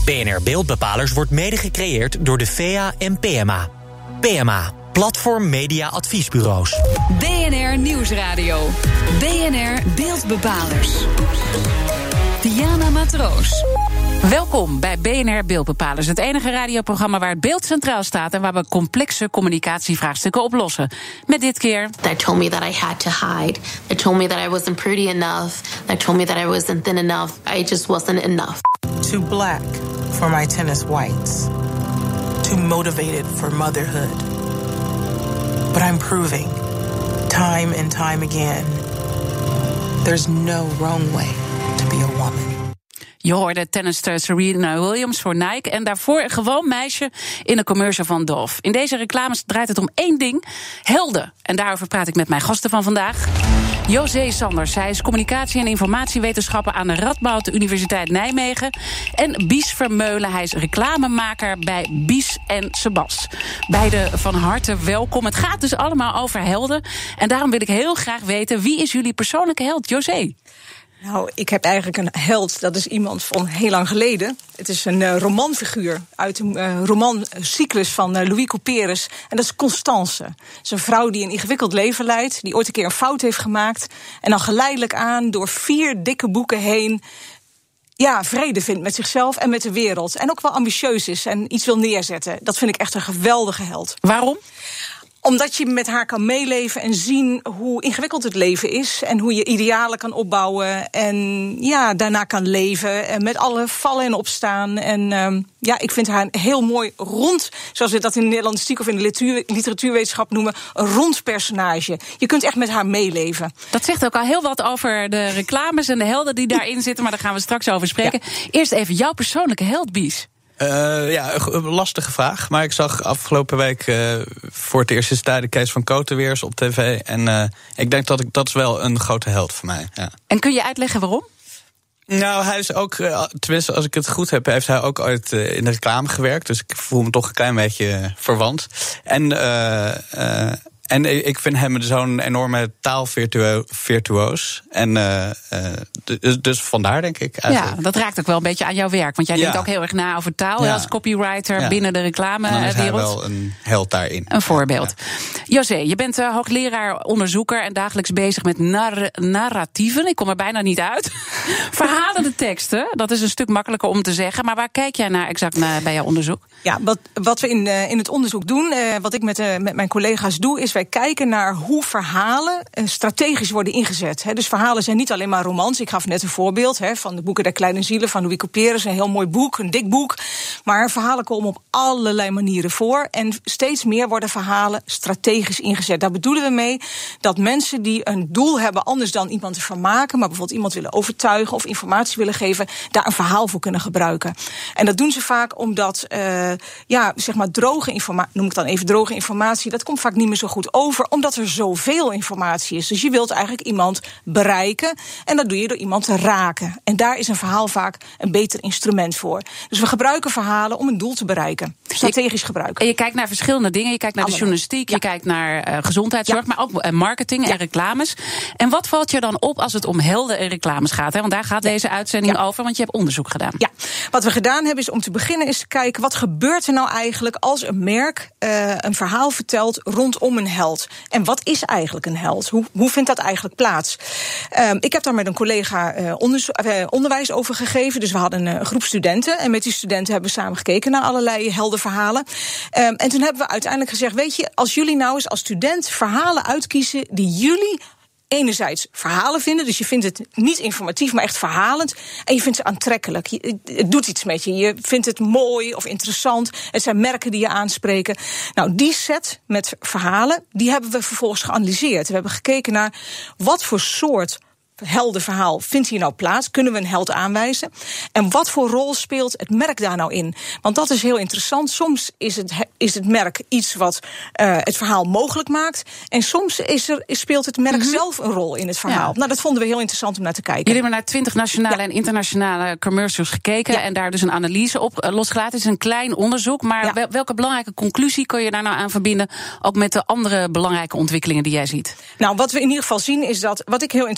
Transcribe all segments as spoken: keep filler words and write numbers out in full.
B N R Beeldbepalers wordt mede gecreëerd door de V A en P M A. P M A, Platform Media Adviesbureaus. B N R Nieuwsradio. B N R Beeldbepalers. Diana Matroos. Welkom bij B N R Beeldbepalers, het enige radioprogramma waar het beeld centraal staat en waar we complexe communicatievraagstukken oplossen. Met dit keer... They told me that I had to hide. They told me that I wasn't pretty enough. They told me that I wasn't thin enough. I just wasn't enough. Too black for my tennis whites. Too motivated for motherhood. But I'm proving, time and time again, there's no wrong way to be a woman. Je hoorde tennister Serena Williams voor Nike en daarvoor een gewoon meisje in een commercial van Dove. In deze reclames draait het om één ding, helden. En daarover praat ik met mijn gasten van vandaag. José Sanders, hij is communicatie- en informatiewetenschappen aan de Radboud Universiteit Nijmegen. En Bies Vermeulen, hij is reclamemaker bij Bies en Sebas. Beide van harte welkom. Het gaat dus allemaal over helden. En daarom wil ik heel graag weten, wie is jullie persoonlijke held? José? Nou, ik heb eigenlijk een held, dat is iemand van heel lang geleden. Het is een uh, romanfiguur uit een uh, romancyclus van uh, Louis Couperus. En dat is Constance. Dat is een vrouw die een ingewikkeld leven leidt, die ooit een keer een fout heeft gemaakt. En dan geleidelijk aan, door vier dikke boeken heen, ja, vrede vindt met zichzelf en met de wereld. En ook wel ambitieus is en iets wil neerzetten. Dat vind ik echt een geweldige held. Waarom? Omdat je met haar kan meeleven en zien hoe ingewikkeld het leven is. En hoe je idealen kan opbouwen. En ja, daarna kan leven. En met alle vallen en opstaan. En um, ja, ik vind haar een heel mooi rond, zoals we dat in de Nederlandistiek of in de literatuur, literatuurwetenschap noemen, een rond personage. Je kunt echt met haar meeleven. Dat zegt ook al heel wat over de reclames en de helden die daarin zitten. Maar daar gaan we straks over spreken. Ja. Eerst even jouw persoonlijke held, Bies. Uh, ja, een lastige vraag. Maar ik zag afgelopen week uh, voor het eerst is de Kees van Koten weer eens op tv. En uh, ik denk dat ik, dat is wel een grote held voor mij. Ja. En kun je uitleggen waarom? Nou, hij is ook, tenminste als ik het goed heb, heeft hij ook ooit uh, in de reclame gewerkt. Dus ik voel me toch een klein beetje verwant. En... Uh, uh, En ik vind hem zo'n enorme taalvirtuoos. En uh, uh, dus, dus vandaar, denk ik. Eigenlijk. Ja, dat raakt ook wel een beetje aan jouw werk. Want jij ja. denkt ook heel erg na over taal ja. als copywriter ja. binnen de reclamewereld. En dan is hij wel een held daarin. Een voorbeeld. Ja. José, je bent uh, hoogleraar, onderzoeker en dagelijks bezig met nar- narratieven. Ik kom er bijna niet uit. Verhalende teksten, dat is een stuk makkelijker om te zeggen. Maar waar kijk jij naar exact naar bij jouw onderzoek? Ja, wat, wat we in, uh, in het onderzoek doen, uh, wat ik met, uh, met mijn collega's doe, is wij kijken naar hoe verhalen strategisch worden ingezet. He, dus verhalen zijn niet alleen maar romans. Ik gaf net een voorbeeld he, van de boeken der kleine zielen van Louis Couperus. Een heel mooi boek, een dik boek. Maar verhalen komen op allerlei manieren voor. En steeds meer worden verhalen strategisch ingezet. Daar bedoelen we mee dat mensen die een doel hebben anders dan iemand te vermaken, maar bijvoorbeeld iemand willen overtuigen of informatie willen geven, daar een verhaal voor kunnen gebruiken. En dat doen ze vaak omdat uh, ja, zeg maar droge informatie, noem ik dan even droge informatie, dat komt vaak niet meer zo goed over, omdat er zoveel informatie is. Dus je wilt eigenlijk iemand bereiken en dat doe je door iemand te raken. En daar is een verhaal vaak een beter instrument voor. Dus we gebruiken verhalen om een doel te bereiken. Strategisch gebruiken. En je kijkt naar verschillende dingen. Je kijkt naar Allemaal. de journalistiek, ja. je kijkt naar uh, gezondheidszorg, ja. maar ook uh, marketing ja. en reclames. En wat valt je dan op als het om helden en reclames gaat? Hè? Want daar gaat ja. deze uitzending ja. over, want je hebt onderzoek gedaan. Ja, wat we gedaan hebben is om te beginnen is te kijken, wat gebeurt er nou eigenlijk als een merk uh, een verhaal vertelt rondom een held? En wat is eigenlijk een held? Hoe, hoe vindt dat eigenlijk plaats? Uh, ik heb daar met een collega uh, onderzo- uh, onderwijs over gegeven. Dus we hadden een, een groep studenten. En met die studenten hebben we samen gekeken naar allerlei heldenverhalen. Uh, en toen hebben we uiteindelijk gezegd, weet je, als jullie nou eens als student verhalen uitkiezen die jullie enerzijds verhalen vinden, dus je vindt het niet informatief, maar echt verhalend. En je vindt ze aantrekkelijk. Je, het doet iets met je. Je vindt het mooi of interessant. Het zijn merken die je aanspreken. Nou, die set met verhalen, die hebben we vervolgens geanalyseerd. We hebben gekeken naar wat voor soort heldenverhaal vindt hier nou plaats? Kunnen we een held aanwijzen? En wat voor rol speelt het merk daar nou in? Want dat is heel interessant. Soms is het, is het merk iets wat uh, het verhaal mogelijk maakt. En soms is er, speelt het merk mm-hmm. zelf een rol in het verhaal. Ja. Nou, dat vonden we heel interessant om naar te kijken. Jullie hebben naar twintig nationale ja. en internationale commercials gekeken. Ja. En daar dus een analyse op uh, losgelaten. Het is een klein onderzoek. Maar ja. wel, welke belangrijke conclusie kun je daar nou aan verbinden? Ook met de andere belangrijke ontwikkelingen die jij ziet? Nou, wat we in ieder geval zien is dat, wat ik heel interessant vind om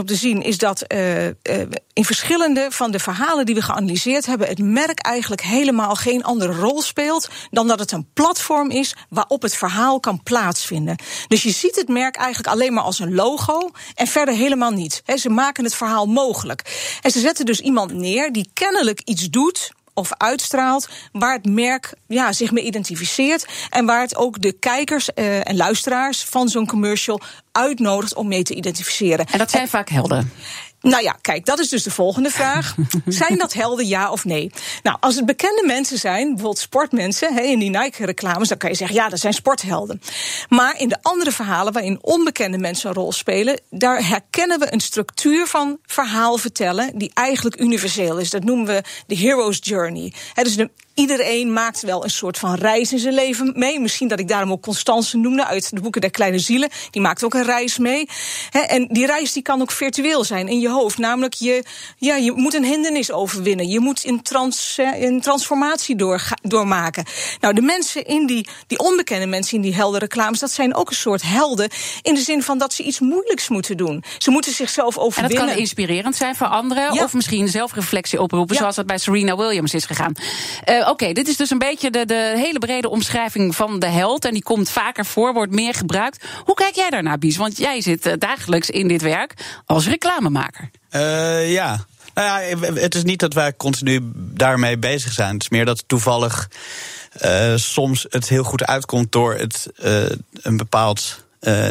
op te zien is dat uh, uh, in verschillende van de verhalen die we geanalyseerd hebben, het merk eigenlijk helemaal geen andere rol speelt dan dat het een platform is waarop het verhaal kan plaatsvinden. Dus je ziet het merk eigenlijk alleen maar als een logo en verder helemaal niet. He, ze maken het verhaal mogelijk. En ze zetten dus iemand neer die kennelijk iets doet of uitstraalt waar het merk ja, zich mee identificeert en waar het ook de kijkers uh, en luisteraars van zo'n commercial uitnodigt om mee te identificeren. En dat zijn en, vaak helden. Nou ja, kijk, dat is dus de volgende vraag. Zijn dat helden, ja of nee? Nou, als het bekende mensen zijn, bijvoorbeeld sportmensen, he, in die Nike-reclames, dan kan je zeggen, ja, dat zijn sporthelden. Maar in de andere verhalen, waarin onbekende mensen een rol spelen, daar herkennen we een structuur van verhaal vertellen die eigenlijk universeel is. Dat noemen we de hero's journey. He, dus de Iedereen maakt wel een soort van reis in zijn leven mee. Misschien dat ik daarom ook Constance noemde uit de boeken der kleine zielen. Die maakt ook een reis mee. He, en die reis die kan ook virtueel zijn in je hoofd. Namelijk, je, ja, je moet een hindernis overwinnen. Je moet een, trans, een transformatie door, doormaken. Nou, de mensen in die, die onbekende mensen in die heldenreclames, dat zijn ook een soort helden. In de zin van dat ze iets moeilijks moeten doen. Ze moeten zichzelf overwinnen. En dat kan inspirerend zijn voor anderen. Ja. Of misschien zelfreflectie oproepen, ja. Zoals dat bij Serena Williams is gegaan. Uh, Oké, okay, dit is dus een beetje de, de hele brede omschrijving van de held. En die komt vaker voor, wordt meer gebruikt. Hoe kijk jij daarnaar, Bies? Want jij zit uh, dagelijks in dit werk als reclamemaker. Uh, ja. Nou ja, het is niet dat wij continu daarmee bezig zijn. Het is meer dat toevallig uh, soms het heel goed uitkomt door het uh, een bepaald uh,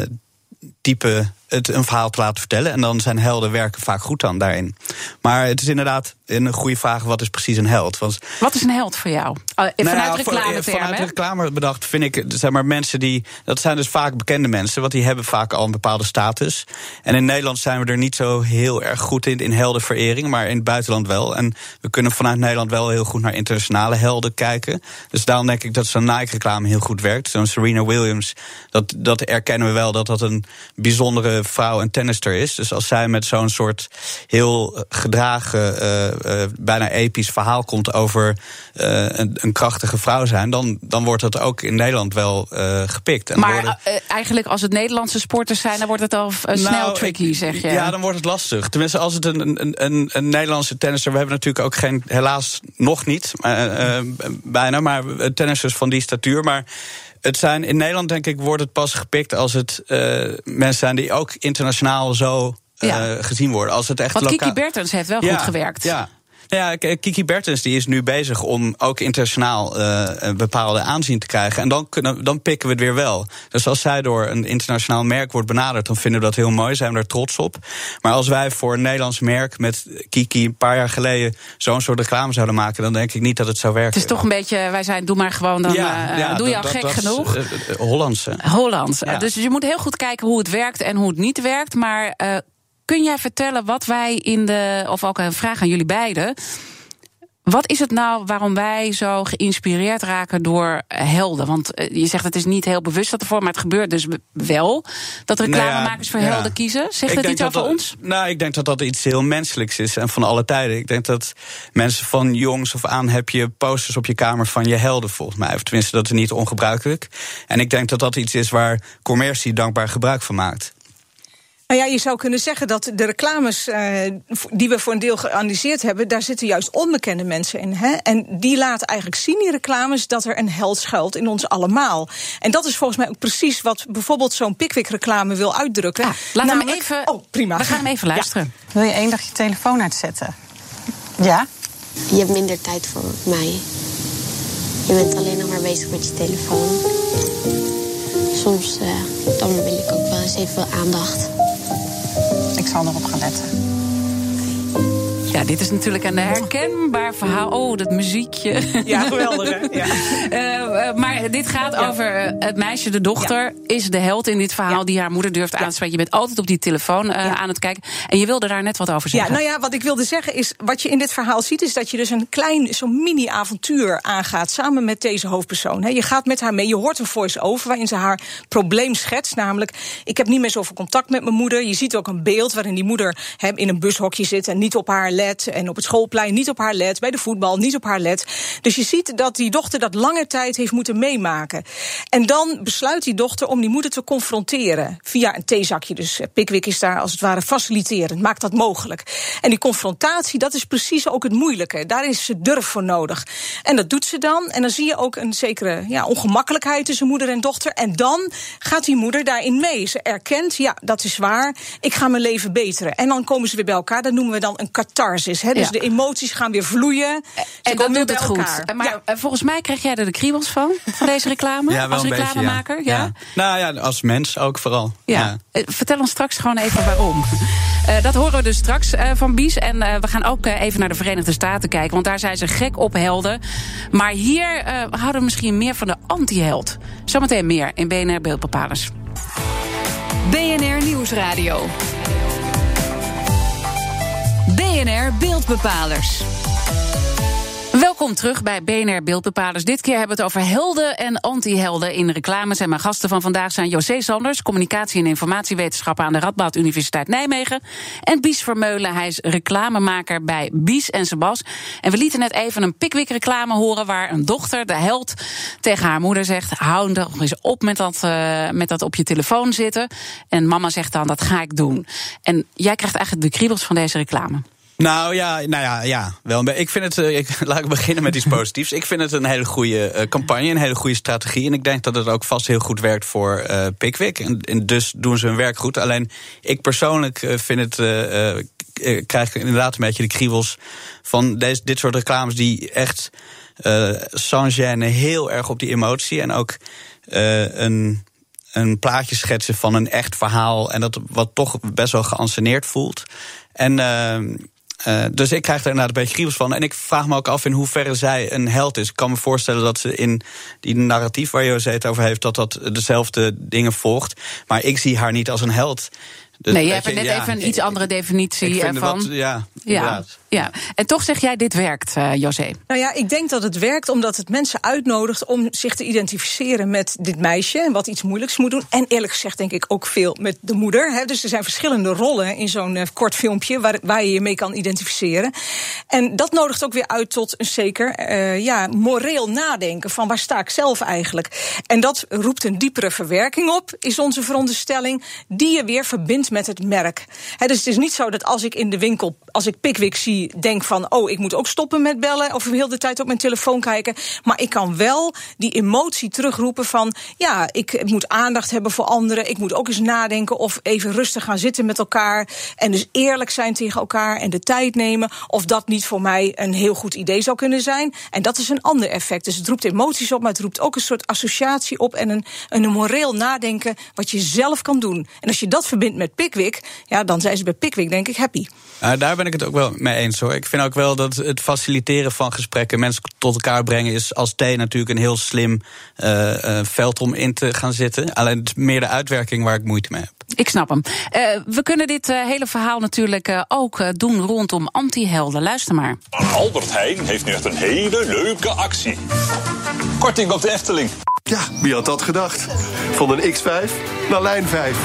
type het een verhaal te laten vertellen. En dan zijn helden werken vaak goed dan daarin. Maar het is inderdaad een goede vraag, wat is precies een held? Want, wat is een held voor jou? Uh, vanuit nou ja, reclame voor, Vanuit reclame bedacht vind ik, zeg maar, mensen die, dat zijn dus vaak bekende mensen, want die hebben vaak al een bepaalde status. En in Nederland zijn we er niet zo heel erg goed in, in heldenverering, maar in het buitenland wel. En we kunnen vanuit Nederland wel heel goed naar internationale helden kijken. Dus daarom denk ik dat zo'n Nike-reclame heel goed werkt. Zo'n Serena Williams, dat, dat erkennen we wel, dat dat een bijzondere vrouw en tennister is. Dus als zij met zo'n soort heel gedragen, uh, uh, bijna episch verhaal komt over uh, een, een krachtige vrouw zijn, dan, dan wordt dat ook in Nederland wel uh, gepikt. En maar worden, uh, eigenlijk als het Nederlandse sporters zijn, dan wordt het al uh, snel nou, tricky, zeg je. Ja, dan wordt het lastig. Tenminste, als het een, een, een, een Nederlandse tennisser, we hebben natuurlijk ook geen, helaas nog niet, uh, uh, bijna, maar tennissers van die statuur, maar het zijn, in Nederland denk ik wordt het pas gepikt als het uh, mensen zijn die ook internationaal zo uh, ja. gezien worden. Als het echt Want loka- Kiki Bertens heeft wel ja, goed gewerkt. Ja. Ja, Kiki Bertens die is nu bezig om ook internationaal uh, een bepaalde aanzien te krijgen. En dan, kunnen, dan pikken we het weer wel. Dus als zij door een internationaal merk wordt benaderd, dan vinden we dat heel mooi, zijn we er trots op. Maar als wij voor een Nederlands merk met Kiki een paar jaar geleden zo'n soort reclame zouden maken, dan denk ik niet dat het zou werken. Het is toch een beetje, wij zijn, doe maar gewoon, dan ja, uh, ja, doe je al dat, gek dat genoeg. Uh, uh, Hollands. Hollands. Ja. Dus je moet heel goed kijken hoe het werkt en hoe het niet werkt. Maar uh, kun jij vertellen wat wij in de, of ook een vraag aan jullie beiden, wat is het nou waarom wij zo geïnspireerd raken door helden? Want je zegt het is niet heel bewust dat ervoor, maar het gebeurt dus wel dat reclamemakers voor nou ja, helden ja. kiezen. Zegt ik het iets dat over dat, ons? Nou, ik denk dat dat iets heel menselijks is en van alle tijden. Ik denk dat mensen van jongs af aan heb je posters op je kamer van je helden, volgens mij. Of tenminste, dat is niet ongebruikelijk. En ik denk dat dat iets is waar commercie dankbaar gebruik van maakt. Nou ja, je zou kunnen zeggen dat de reclames uh, die we voor een deel geanalyseerd hebben, daar zitten juist onbekende mensen in. Hè? En die laten eigenlijk zien, die reclames, dat er een held schuilt in ons allemaal. En dat is volgens mij ook precies wat bijvoorbeeld zo'n Pickwick-reclame wil uitdrukken. Ja, laten we Namelijk, hem even. Oh, prima. We gaan hem even luisteren. Ja. Wil je één dag je telefoon uitzetten? Ja? Je hebt minder tijd voor mij. Je bent alleen nog maar bezig met je telefoon. Soms uh, dan wil ik ook wel eens even aandacht. Ik zal erop gaan letten. Ja, dit is natuurlijk een herkenbaar verhaal. Oh, dat muziekje. Ja, geweldig, hè? Ja. Uh, uh, maar dit gaat ja. over uh, het meisje, de dochter, ja. is de held in dit verhaal, ja. die haar moeder durft ja. aan te spreken. Je bent altijd op die telefoon uh, ja. aan het kijken. En je wilde daar net wat over zeggen. Ja, nou ja, wat ik wilde zeggen is, wat je in dit verhaal ziet, is dat je dus een klein, zo'n mini-avontuur aangaat samen met deze hoofdpersoon. He, je gaat met haar mee, je hoort een voice-over waarin ze haar probleem schetst. Namelijk, ik heb niet meer zoveel contact met mijn moeder. Je ziet ook een beeld waarin die moeder he, in een bushokje zit en niet op haar let. let. En op het schoolplein niet op haar let. Bij de voetbal niet op haar let. Dus je ziet dat die dochter dat lange tijd heeft moeten meemaken. En dan besluit die dochter om die moeder te confronteren. Via een theezakje. Dus Pickwick is daar als het ware faciliterend. Maakt dat mogelijk. En die confrontatie, dat is precies ook het moeilijke. Daar is ze durf voor nodig. En dat doet ze dan. En dan zie je ook een zekere ja, ongemakkelijkheid tussen moeder en dochter. En dan gaat die moeder daarin mee. Ze erkent, ja, dat is waar. Ik ga mijn leven beteren. En dan komen ze weer bij elkaar. Dat noemen we dan een catharsis. Hè? Dus ja. de emoties gaan weer vloeien. Ze en dat doet het goed. Maar ja. volgens mij krijg jij er de kriebels van, van deze reclame? Ja, wel als een reclamemaker? Beetje, ja. Ja. Ja. Nou ja, als mens ook vooral. Ja. Ja. Vertel ons straks gewoon even waarom. Uh, dat horen we dus straks uh, van Bies. En uh, we gaan ook uh, even naar de Verenigde Staten kijken. Want daar zijn ze gek op helden. Maar hier uh, houden we misschien meer van de anti-held. Zometeen meer in B N R Beeldbepalers. B N R Nieuwsradio. B N R Beeldbepalers. Welkom terug bij B N R Beeldbepalers. Dit keer hebben we het over helden en anti-helden in reclames. En mijn gasten van vandaag zijn José Sanders, communicatie- en informatiewetenschappen aan de Radboud Universiteit Nijmegen. En Bies Vermeulen, hij is reclamemaker bij Bies en Sebas. En we lieten net even een Pickwick-reclame horen waar een dochter, de held, tegen haar moeder zegt: hou nog eens op met dat, uh, met dat op je telefoon zitten. En mama zegt dan: dat ga ik doen. En jij krijgt eigenlijk de kriebels van deze reclame. Nou ja, nou ja, ja wel. Ik vind het, uh, ik, laat ik beginnen met iets positiefs. Ik vind het een hele goede uh, campagne, een hele goede strategie. En ik denk dat het ook vast heel goed werkt voor uh, Pickwick. En, en dus doen ze hun werk goed. Alleen ik persoonlijk uh, vind het, uh, uh, krijg inderdaad een beetje de kriebels van deze, dit soort reclames die echt uh, sans gêne heel erg op die emotie en ook uh, een... een plaatje schetsen van een echt verhaal en dat wat toch best wel geanceneerd voelt. En uh, uh, dus ik krijg daar inderdaad een beetje kriebels van. En ik vraag me ook af in hoeverre zij een held is. Ik kan me voorstellen dat ze in die narratief waar José het over heeft, dat dat dezelfde dingen volgt. Maar ik zie haar niet als een held. Dus nee, je hebt er net ja, even een iets andere definitie ervan. Wat, ja, ja, ja, en toch zeg jij dit werkt, uh, José. Nou ja, ik denk dat het werkt omdat het mensen uitnodigt om zich te identificeren met dit meisje en wat iets moeilijks moet doen. En eerlijk gezegd denk ik ook veel met de moeder. Hè. Dus er zijn verschillende rollen in zo'n uh, kort filmpje waar, waar je je mee kan identificeren. En dat nodigt ook weer uit tot een zeker uh, ja, moreel nadenken van waar sta ik zelf eigenlijk. En dat roept een diepere verwerking op, is onze veronderstelling, die je weer verbindt met het merk. He, dus het is niet zo dat als ik in de winkel, als ik Pickwick zie, denk van, oh, ik moet ook stoppen met bellen of heel de tijd op mijn telefoon kijken. Maar ik kan wel die emotie terugroepen van, ja, ik moet aandacht hebben voor anderen. Ik moet ook eens nadenken of even rustig gaan zitten met elkaar. En dus eerlijk zijn tegen elkaar en de tijd nemen. Of dat niet voor mij een heel goed idee zou kunnen zijn. En dat is een ander effect. Dus het roept emoties op, maar het roept ook een soort associatie op en een, een moreel nadenken wat je zelf kan doen. En als je dat verbindt met Pickwick, ja, dan zijn ze bij Pickwick denk ik happy. Uh, daar ben ik het ook wel mee eens hoor. Ik vind ook wel dat het faciliteren van gesprekken, mensen tot elkaar brengen, is als thee natuurlijk een heel slim uh, uh, veld om in te gaan zitten. Alleen het is meer de uitwerking waar ik moeite mee heb. Ik snap hem. Uh, we kunnen dit uh, hele verhaal natuurlijk uh, ook uh, doen rondom anti-helden. Luister maar. Albert Heijn heeft nu echt een hele leuke actie. Korting op de Efteling. Ja, wie had dat gedacht? Van een X vijf naar lijn vijf.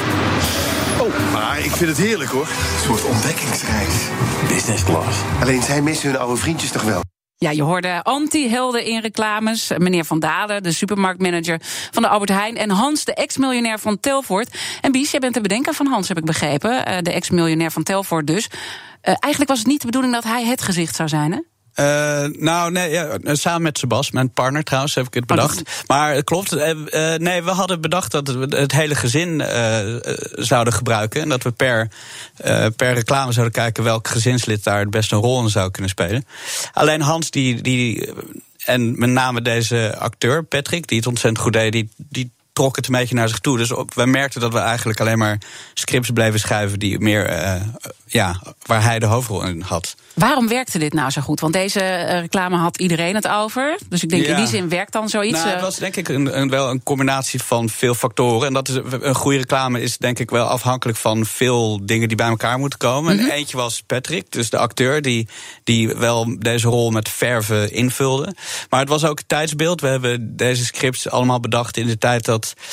Oh, maar ik vind het heerlijk hoor. Een soort ontdekkingsreis. Business class. Alleen zij missen hun oude vriendjes toch wel. Ja, je hoorde anti-helden in reclames. Meneer Van Dalen, de supermarktmanager van de Albert Heijn. En Hans, de ex-miljonair van Telfort. En Bies, jij bent de bedenker van Hans, heb ik begrepen. De ex-miljonair van Telfort dus. Uh, eigenlijk was het niet de bedoeling dat hij het gezicht zou zijn, hè? Uh, nou, nee, ja, samen met Sebas, mijn partner trouwens, heb ik het bedacht. Maar het klopt, uh, uh, nee, we hadden bedacht dat we het hele gezin uh, uh, zouden gebruiken. En dat we per, uh, per reclame zouden kijken welk gezinslid daar het beste een rol in zou kunnen spelen. Alleen Hans, die, die en met name deze acteur, Patrick, die het ontzettend goed deed, die, die trok het een beetje naar zich toe. Dus op, wij merkten dat we eigenlijk alleen maar scripts bleven schrijven die meer, uh, ja, waar hij de hoofdrol in had. Waarom werkte dit nou zo goed? Want deze uh, reclame had iedereen het over. Dus ik denk, ja, in die zin werkt dan zoiets. Nou, het was denk ik een, een, wel een combinatie van veel factoren. En dat is een goede reclame is denk ik wel afhankelijk van veel dingen die bij elkaar moeten komen. Mm-hmm. En eentje was Patrick, dus de acteur, die, die wel deze rol met verve invulde. Maar het was ook het tijdsbeeld. We hebben deze scripts allemaal bedacht in de tijd dat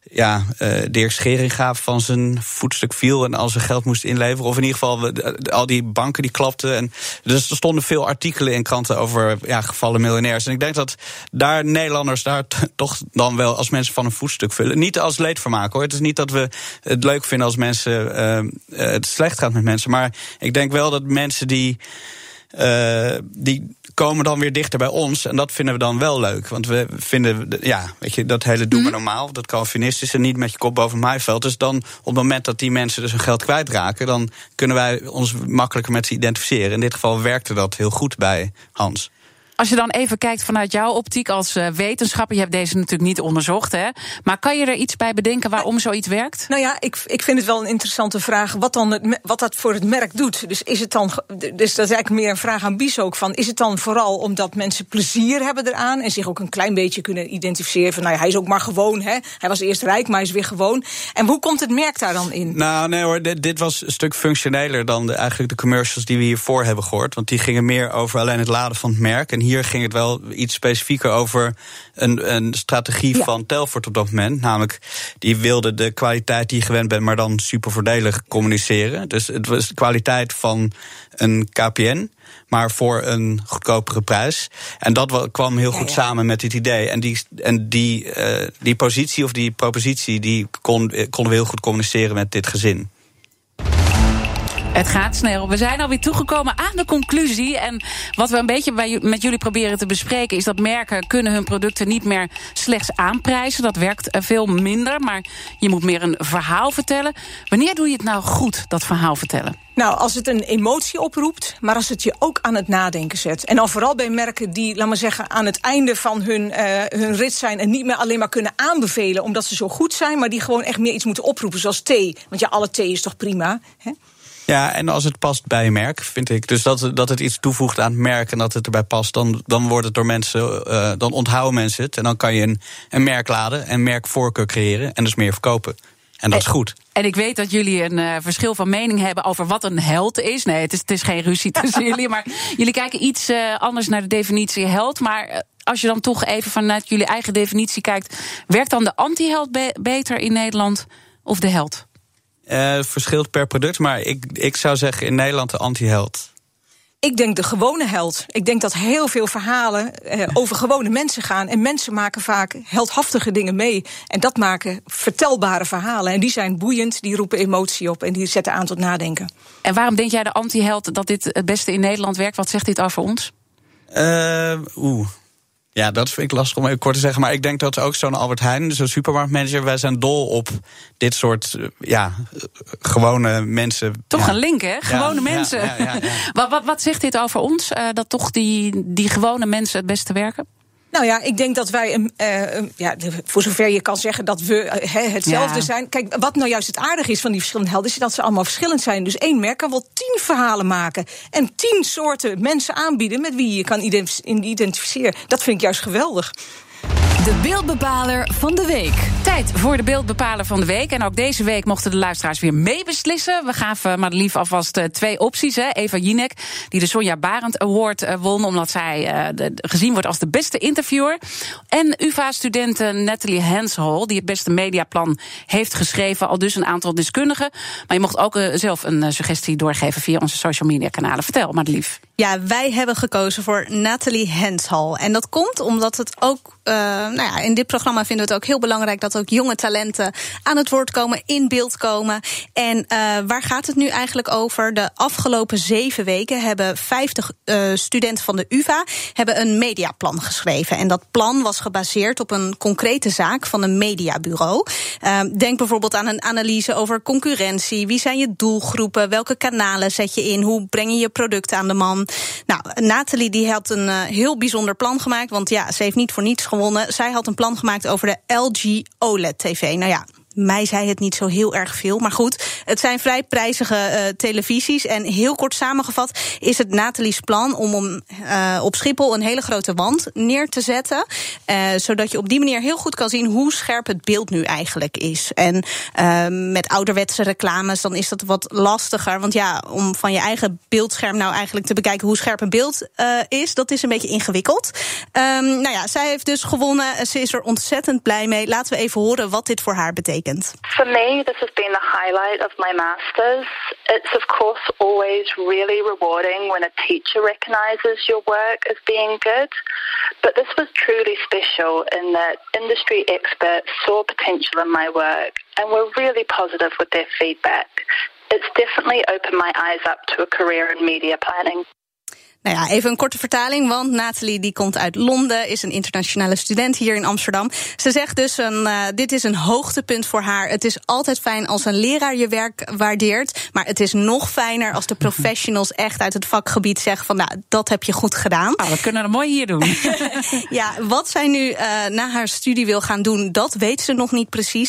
ja, uh, de heer Scheringa van zijn voetstuk viel en al zijn geld moest inleveren. Of in ieder geval al die banken die klapten. En dus er stonden veel artikelen in kranten over ja, gevallen miljonairs. En ik denk dat daar Nederlanders daar t- toch dan wel als mensen van een voetstuk vullen. Niet als leedvermaak hoor. Het is niet dat we het leuk vinden als mensen uh, uh, het slecht gaat met mensen. Maar ik denk wel dat mensen die, uh, die komen dan weer dichter bij ons. En dat vinden we dan wel leuk. Want we vinden, ja, weet je, dat hele doe maar normaal, dat Calvinistische, niet met je kop boven het maaiveld. Dus dan, op het moment dat die mensen dus hun geld kwijtraken, dan kunnen wij ons makkelijker met ze identificeren. In dit geval werkte dat heel goed bij Hans. Als je dan even kijkt vanuit jouw optiek als uh, wetenschapper, je hebt deze natuurlijk niet onderzocht, hè? Maar kan je er iets bij bedenken waarom zoiets werkt? Nou ja, ik, ik vind het wel een interessante vraag wat, dan het, wat dat voor het merk doet. Dus is het dan, dus dat is eigenlijk meer een vraag aan Bies ook van, is het dan vooral omdat mensen plezier hebben eraan en zich ook een klein beetje kunnen identificeren van, nou ja, hij is ook maar gewoon, hè? Hij was eerst rijk, maar hij is weer gewoon. En hoe komt het merk daar dan in? Nou, nee hoor, dit, dit was een stuk functioneler dan de, eigenlijk de commercials die we hiervoor hebben gehoord. Want die gingen meer over alleen het laden van het merk. En hier ging het wel iets specifieker over een, een strategie ja. van Telfort op dat moment. Namelijk, die wilde de kwaliteit die je gewend bent, maar dan super voordelig communiceren. Dus het was de kwaliteit van een K P N, maar voor een goedkopere prijs. En dat kwam heel goed ja, ja. samen met dit idee. En die, en die, uh, die positie of die propositie, die kon, konden we heel goed communiceren met dit gezin. Het gaat snel. We zijn alweer toegekomen aan de conclusie. En wat we een beetje bij, met jullie proberen te bespreken is dat merken kunnen hun producten niet meer slechts aanprijzen. Dat werkt veel minder, maar je moet meer een verhaal vertellen. Wanneer doe je het nou goed, dat verhaal vertellen? Nou, als het een emotie oproept, maar als het je ook aan het nadenken zet. En dan vooral bij merken die, laat maar zeggen, aan het einde van hun, uh, hun rit zijn en niet meer alleen maar kunnen aanbevelen omdat ze zo goed zijn, maar die gewoon echt meer iets moeten oproepen, zoals thee. Want ja, alle thee is toch prima, hè? Ja, en als het past bij een merk, vind ik. Dus dat, dat het iets toevoegt aan het merk en dat het erbij past, dan, dan wordt het door mensen, uh, dan onthouden mensen het. En dan kan je een, een merk laden en merkvoorkeur creëren en dus meer verkopen. En dat is goed. En ik weet dat jullie een uh, verschil van mening hebben over wat een held is. Nee, het is, het is geen ruzie tussen jullie, maar jullie kijken iets uh, anders naar de definitie held. Maar uh, als je dan toch even vanuit jullie eigen definitie kijkt, werkt dan de anti-held be- beter in Nederland of de held? Uh, het verschilt per product, maar ik, ik zou zeggen in Nederland de anti-held. Ik denk de gewone held. Ik denk dat heel veel verhalen eh, over gewone mensen gaan. En mensen maken vaak heldhaftige dingen mee. En dat maken vertelbare verhalen. En die zijn boeiend, die roepen emotie op en die zetten aan tot nadenken. En waarom denk jij de anti-held dat dit het beste in Nederland werkt? Wat zegt dit over ons? Uh, Oeh. Ja, dat vind ik lastig om even kort te zeggen. Maar ik denk dat ook zo'n Albert Heijn, zo'n supermarktmanager, wij zijn dol op dit soort ja, gewone mensen. Toch ja. een link, hè? Gewone ja, mensen. Ja, ja, ja, ja. wat, wat, wat zegt dit over ons? Uh, dat toch die, die gewone mensen het beste werken? Nou ja, ik denk dat wij, uh, uh, ja, voor zover je kan zeggen dat we uh, hetzelfde ja. zijn. Kijk, wat nou juist het aardige is van die verschillende helden, is dat ze allemaal verschillend zijn. Dus één merk kan wel tien verhalen maken en tien soorten mensen aanbieden met wie je kan identificeren. Dat vind ik juist geweldig. De beeldbepaler van de week. Tijd voor de beeldbepaler van de week. En ook deze week mochten de luisteraars weer meebeslissen. We gaven Madelief alvast uh, twee opties. Hè. Eva Jinek, die de Sonja Barend Award uh, won, omdat zij uh, de, gezien wordt als de beste interviewer. En U vA student Nathalie Henshall, die het beste mediaplan heeft geschreven. Al dus een aantal deskundigen. Maar je mocht ook uh, zelf een uh, suggestie doorgeven via onze social media kanalen. Vertel, Madelief. Ja, wij hebben gekozen voor Nathalie Henshall. En dat komt omdat het ook, uh, nou ja, in dit programma vinden we het ook heel belangrijk dat ook jonge talenten aan het woord komen, in beeld komen. En uh, waar gaat het nu eigenlijk over? De afgelopen zeven weken hebben vijftig uh, studenten van de U vA hebben een mediaplan geschreven. En dat plan was gebaseerd op een concrete zaak van een mediabureau. Uh, denk bijvoorbeeld aan een analyse over concurrentie. Wie zijn je doelgroepen? Welke kanalen zet je in? Hoe breng je je product aan de man? Nou, Nathalie die had een uh, heel bijzonder plan gemaakt, want ja, ze heeft niet voor niets gewonnen. Zij had een plan gemaakt over de L G O L E D T V. Nou ja, mij zei het niet zo heel erg veel. Maar goed, het zijn vrij prijzige uh, televisies. En heel kort samengevat is het Nathalie's plan om, om uh, op Schiphol een hele grote wand neer te zetten. Uh, zodat je op die manier heel goed kan zien hoe scherp het beeld nu eigenlijk is. En uh, met ouderwetse reclames, dan is dat wat lastiger. Want ja, om van je eigen beeldscherm nou eigenlijk te bekijken hoe scherp een beeld uh, is, dat is een beetje ingewikkeld. Um, nou ja, zij heeft dus gewonnen. Ze is er ontzettend blij mee. Laten we even horen wat dit voor haar betekent. For me, this has been the highlight of my master's. It's of course always really rewarding when a teacher recognizes your work as being good. But this was truly special in that industry experts saw potential in my work and were really positive with their feedback. It's definitely opened my eyes up to a career in media planning. Nou ja, even een korte vertaling, want Nathalie die komt uit Londen, is een internationale student hier in Amsterdam. Ze zegt dus, een, uh, dit is een hoogtepunt voor haar. Het is altijd fijn als een leraar je werk waardeert, maar het is nog fijner als de professionals echt uit het vakgebied zeggen van, nou, dat heb je goed gedaan. Nou, dat kunnen we mooi hier doen. Ja, wat zij nu uh, na haar studie wil gaan doen, dat weet ze nog niet precies.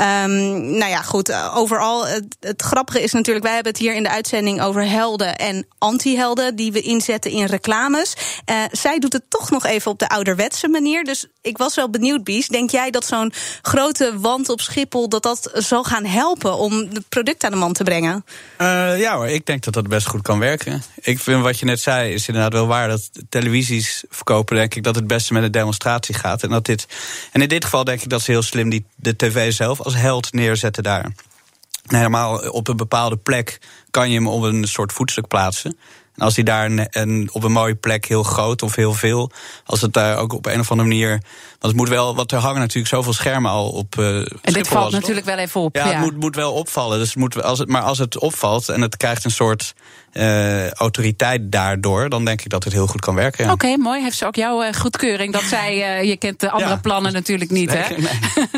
Um, nou ja, goed, uh, overal, het, het grappige is natuurlijk, wij hebben het hier in de uitzending over helden en anti-helden die we inzetten in reclames. Uh, zij doet het toch nog even op de ouderwetse manier. Dus ik was wel benieuwd, Bies. Denk jij dat zo'n grote wand op Schiphol dat dat zal gaan helpen om het product aan de man te brengen? Uh, ja hoor, ik denk dat dat best goed kan werken. Ik vind wat je net zei is inderdaad wel waar. Dat televisies verkopen, denk ik dat het beste met een demonstratie gaat. En, dat dit, en in dit geval denk ik dat ze heel slim die, de tv zelf als held neerzetten daar. Helemaal op een bepaalde plek kan je hem op een soort voetstuk plaatsen. En als hij daar een, een, op een mooie plek heel groot of heel veel, als het daar ook op een of andere manier, want het moet wel, want er hangen natuurlijk zoveel schermen al op. Uh, en dit valt natuurlijk wel even op. Ja, ja. het moet, moet wel opvallen. Dus het moet, als het, maar als het opvalt en het krijgt een soort uh, autoriteit daardoor, dan denk ik dat het heel goed kan werken. Ja. Oké, okay, mooi. Heeft ze ook jouw uh, goedkeuring dat zij, uh, je kent de andere ja. plannen natuurlijk niet, hè? Nee.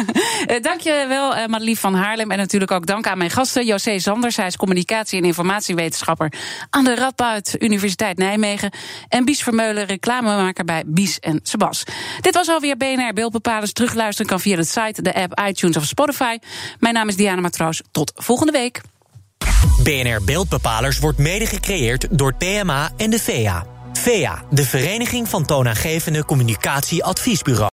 uh, dank je wel, uh, Madelief van Haarlem. En natuurlijk ook dank aan mijn gasten. José Zanders, hij is communicatie- en informatiewetenschapper aan de Radboud Universiteit Nijmegen. En Bies Vermeulen, reclamemaker bij Bies en Sebas. Dit was alweer B N R Beeldbepalers. Terugluisteren kan via de site, de app, iTunes of Spotify. Mijn naam is Diana Matroos. Tot volgende week. B N R Beeldbepalers wordt mede gecreëerd door P M A en de V E A. V E A, de Vereniging van Toonaangevende Communicatie Adviesbureaus.